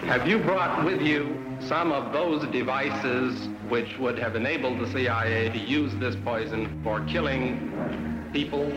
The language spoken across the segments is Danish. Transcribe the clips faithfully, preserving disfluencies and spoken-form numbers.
Have you brought with you some of those devices which would have enabled the C I A to use this poison for killing people?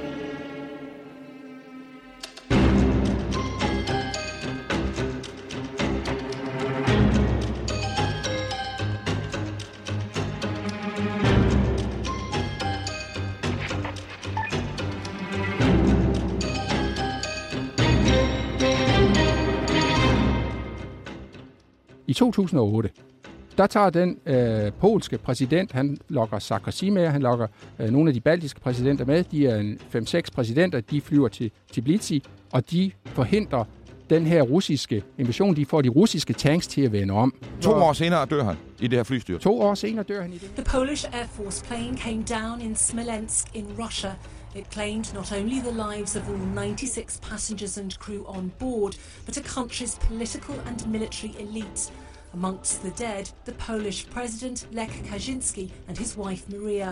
I to tusind og otte, der tager den øh, polske præsident, han lokker Sarkozy med, han lokker øh, nogle af de baltiske præsidenter med, de er fem seks præsidenter, de flyver til Tbilisi, og de forhindrer den her russiske invasion, de får de russiske tanks til at vende om. To år senere dør han i det her flystyr. To år senere dør han i det. The Polish Air Force plane came down in Smolensk in Russia. It claimed not only the lives of all ninety-six passengers and crew on board, but a country's political and military elite. Amongst the dead, the Polish president Lech Kaczynski and his wife Maria.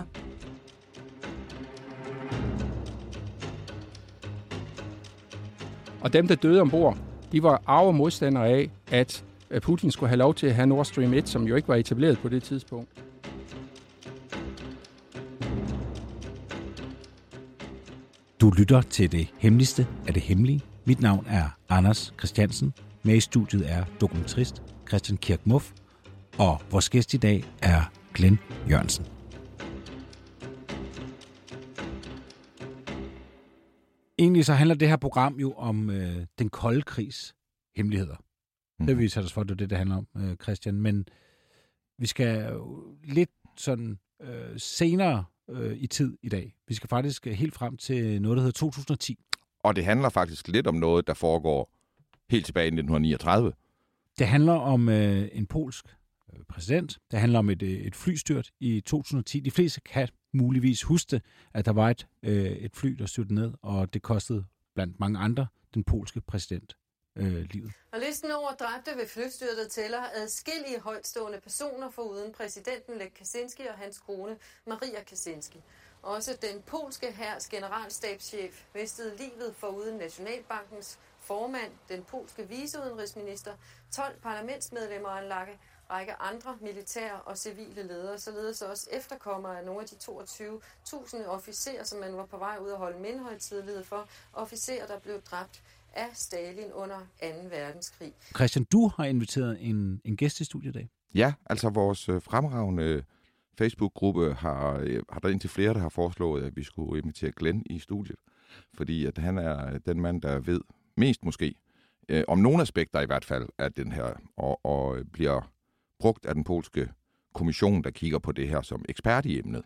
Og dem, der døde ombord, de var arve modstandere af, at Putin skulle have lov til at have Nord Stream et, som jo ikke var etableret på det tidspunkt. Du lytter til det hemmeligste af det hemmelige. Mit navn er Anders Christiansen. Med i studiet er dokumentarist Christian Kirk Muff, og vores gæst i dag er Glenn Jørgensen. Egentlig så handler det her program jo om øh, den kolde krigs hemmeligheder. Mm. Det vil vi sætte os for, det er det, det handler om, øh, Christian. Men vi skal lidt sådan øh, senere øh, i tid i dag. Vi skal faktisk helt frem til noget, der hedder to tusind og ti. Og det handler faktisk lidt om noget, der foregår helt tilbage i nitten niogtredive. Det handler om øh, en polsk øh, præsident. Det handler om et, øh, et flystyrt i to tusind og ti. De fleste kan muligvis huske, at der var et, øh, et fly, der styrte ned, og det kostede blandt mange andre den polske præsident øh, livet. Og listen over dræbte ved flystyrtet tæller adskillige højtstående personer foruden præsidenten Lech Kaczynski og hans kone Maria Kaczynski. Også den polske hærs generalstabschef mistede livet foruden Nationalbankens formand, den polske viceudenrigsminister, tolv parlamentsmedlemmer og en række andre militære og civile ledere, således også efterkommere af nogle af de toogtyve tusind officerer, som man var på vej ud at holde mindehøjtidelighed for, officerer, der blev dræbt af Stalin under anden verdenskrig. Christian, du har inviteret en, en gæst i studiet i dag. Ja, altså vores øh, fremragende Facebook-gruppe har, øh, har der indtil flere, der har foreslået, at vi skulle invitere Glenn i studiet, fordi at han er den mand, der ved mest måske, øh, om nogle aspekter i hvert fald af den her, og, og bliver brugt af den polske kommission, der kigger på det her som ekspert i emnet.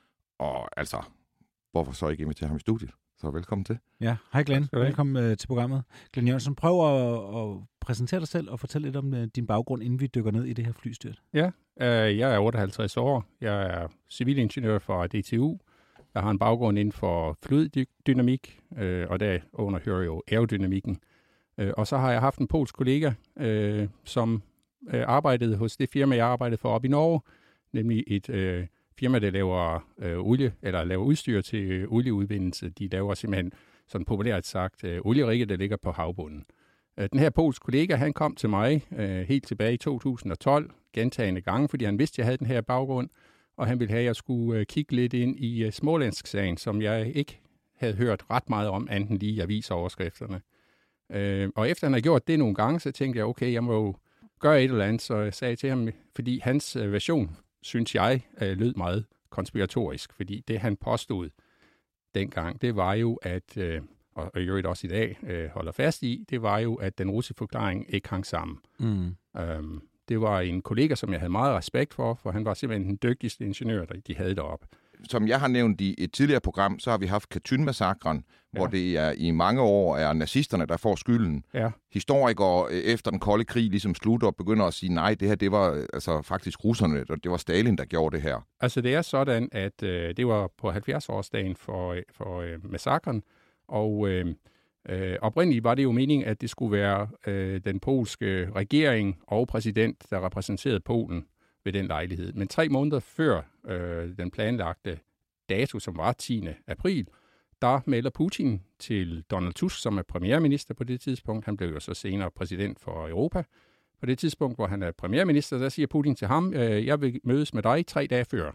Og altså, hvorfor så ikke invitere ham i studiet? Så velkommen til. Ja, hej Glenn. Velkommen øh, til programmet. Glenn Jørgensen, prøv at, at præsentere dig selv og fortælle lidt om øh, din baggrund, inden vi dykker ned i det her flystyrt. Ja, øh, jeg er otteoghalvtreds år. Jeg er civilingeniør fra D T U. Jeg har en baggrund inden for fluiddynamik, øh, og derunder hører jo aerodynamikken. Øh, og så har jeg haft en polsk kollega, øh, som øh, arbejdede hos det firma, jeg arbejdede for op i Norge, nemlig et øh, firma, der laver øh, olie, eller laver udstyr til øh, olieudvindelse. De laver simpelthen, sådan populært sagt, øh, olierigge, der ligger på havbunden. Øh, den her polsk kollega, han kom til mig øh, helt tilbage i to tusind og tolv, gentagende gange, fordi han vidste, at jeg havde den her baggrund, og han ville have, at jeg skulle øh, kigge lidt ind i øh, Smolensk-sagen, som jeg ikke havde hørt ret meget om, anden lige i avisoverskrifterne. Øh, og efter han havde gjort det nogle gange, så tænkte jeg, okay, jeg må jo gøre et eller andet, så jeg sagde til ham, fordi hans øh, version, synes jeg, øh, lød meget konspiratorisk, fordi det, han påstod dengang, det var jo, at, øh, og i øvrigt også i dag øh, holder fast i, det var jo, at den russiske forklaring ikke hang sammen. Mm. Øhm, det var en kollega, som jeg havde meget respekt for, for han var simpelthen den dygtigste ingeniør, der de havde deroppe. Som jeg har nævnt i et tidligere program, så har vi haft Katyn-massakren, ja. Hvor det er i mange år er nazisterne, der får skylden. Ja. Historikere efter den kolde krig ligesom slutter og begynder at sige, nej, det her det var altså faktisk russerne, og det var Stalin, der gjorde det her. Altså det er sådan, at øh, det var på halvfjerds-årsdagen for, for øh, massakren, og øh, øh, oprindeligt var det jo meningen, at det skulle være øh, den polske regering og præsident, der repræsenterede Polen ved den lejlighed. Men tre måneder før øh, den planlagte dato, som var tiende april, der melder Putin til Donald Tusk, som er premierminister på det tidspunkt. Han blev jo så senere præsident for Europa. På det tidspunkt, hvor han er premierminister, der siger Putin til ham, øh, jeg vil mødes med dig tre dage før.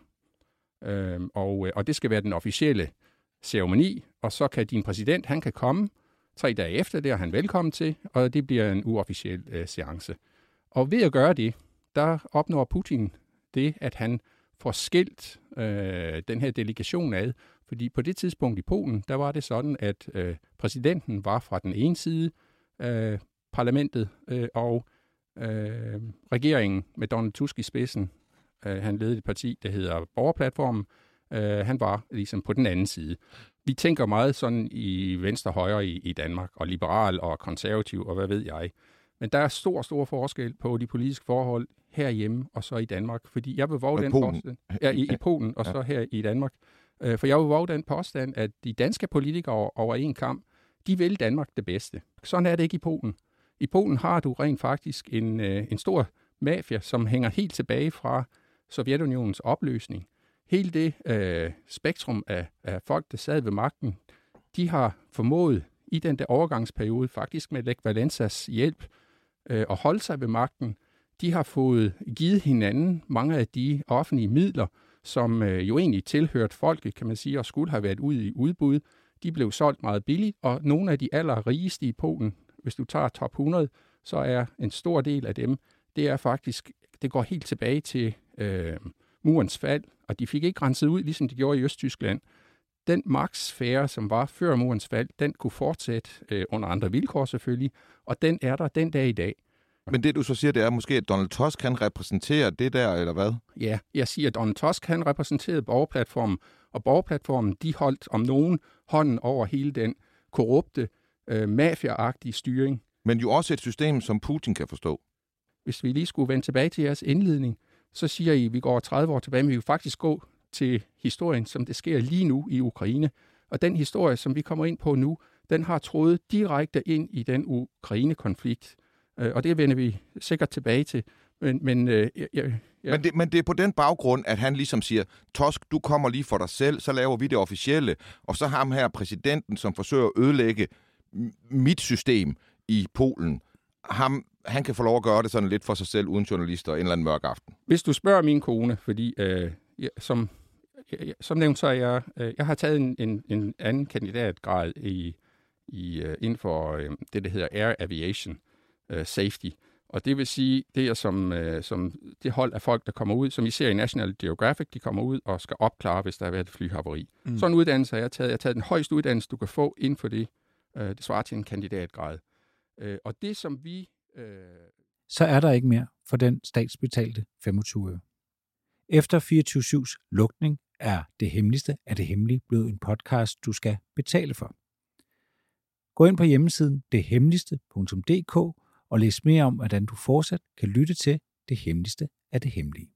Øh, og, og det skal være den officielle ceremoni, og så kan din præsident, han kan komme tre dage efter, det er han velkommen til, og det bliver en uofficiel øh, seance. Og ved at gøre det, der opnår Putin det, at han får skilt øh, den her delegation ad, fordi på det tidspunkt i Polen, der var det sådan, at øh, præsidenten var fra den ene side af parlamentet, øh, og øh, regeringen med Donald Tusk i spidsen, øh, han ledede et parti, der hedder Borgerplatformen, øh, han var ligesom på den anden side. Vi tænker meget sådan i venstre-højre i, i Danmark, og liberal og konservativ, og hvad ved jeg. Men der er stor, stor forskel på de politiske forhold herhjemme og så i Danmark, fordi jeg vil våge den påstand, ja, i, i Polen og så her i Danmark, øh, for jeg vil våge den påstand, at de danske politikere over en kamp, de vil Danmark det bedste. Sådan er det ikke i Polen. I Polen har du rent faktisk en, øh, en stor mafia, som hænger helt tilbage fra Sovjetunionens opløsning. Hele det øh, spektrum af, af folk, der sad ved magten, de har formået i den der overgangsperiode, faktisk med Lech Walesas hjælp, øh, at holde sig ved magten. De har fået givet hinanden mange af de offentlige midler, som øh, jo egentlig tilhørt folket, kan man sige, og skulle have været ude i udbud. De blev solgt meget billigt, og nogle af de allerrigeste i Polen, hvis du tager top hundrede, så er en stor del af dem, det er faktisk, det går helt tilbage til øh, murens fald, og de fik ikke renset ud, ligesom de gjorde i Østtyskland. Den magtsfære, som var før murens fald, den kunne fortsætte øh, under andre vilkår selvfølgelig, og den er der den dag i dag. Men det, du så siger, det er måske, at Donald Tusk kan repræsentere det der, eller hvad? Ja, jeg siger, at Donald Tusk kan repræsentere Borgerplatformen, og Borgerplatformen, de holdt om nogen hånden over hele den korrupte, øh, mafia-agtige styring. Men jo også et system, som Putin kan forstå. Hvis vi lige skulle vende tilbage til jeres indledning, så siger I, at vi går tredive år tilbage, men vi vil faktisk gå til historien, som det sker lige nu i Ukraine. Og den historie, som vi kommer ind på nu, den har trådet direkte ind i den Ukraine-konflikt. Og det vender vi sikkert tilbage til. Men, men, øh, ja, ja. men, det, men det er på den baggrund, at han ligesom siger, Tusk, du kommer lige for dig selv, så laver vi det officielle. Og så ham her præsidenten, som forsøger at ødelægge mit system i Polen. Ham, han kan få lov at gøre det sådan lidt for sig selv, uden journalister, en eller anden mørk aften. Hvis du spørger min kone, fordi øh, ja, som, ja, som nævnt, så er jeg, øh, jeg har taget en, en, en anden kandidatgrad i, i, øh, inden for øh, det, der hedder Air Aviation øh, Safety. Og det vil sige, det er som, øh, som det hold af folk, der kommer ud, som I ser i National Geographic, de kommer ud og skal opklare, hvis der har været et flyhaveri. Mm. Sådan en uddannelse har jeg taget. Jeg har taget den højeste uddannelse, du kan få inden for det. Øh, det svarer til en kandidatgrad. Øh, og det, som vi... Øh... Så er der ikke mere for den statsbetalte femogtyve øre. Efter fireogtyve syvs lukning er Det Hemmeligste af det Hemmelige blevet en podcast, du skal betale for. Gå ind på hjemmesiden det hemmeligste punktum d k og læs mere om, hvordan du fortsat kan lytte til Det Hemmeligste af det Hemmelige.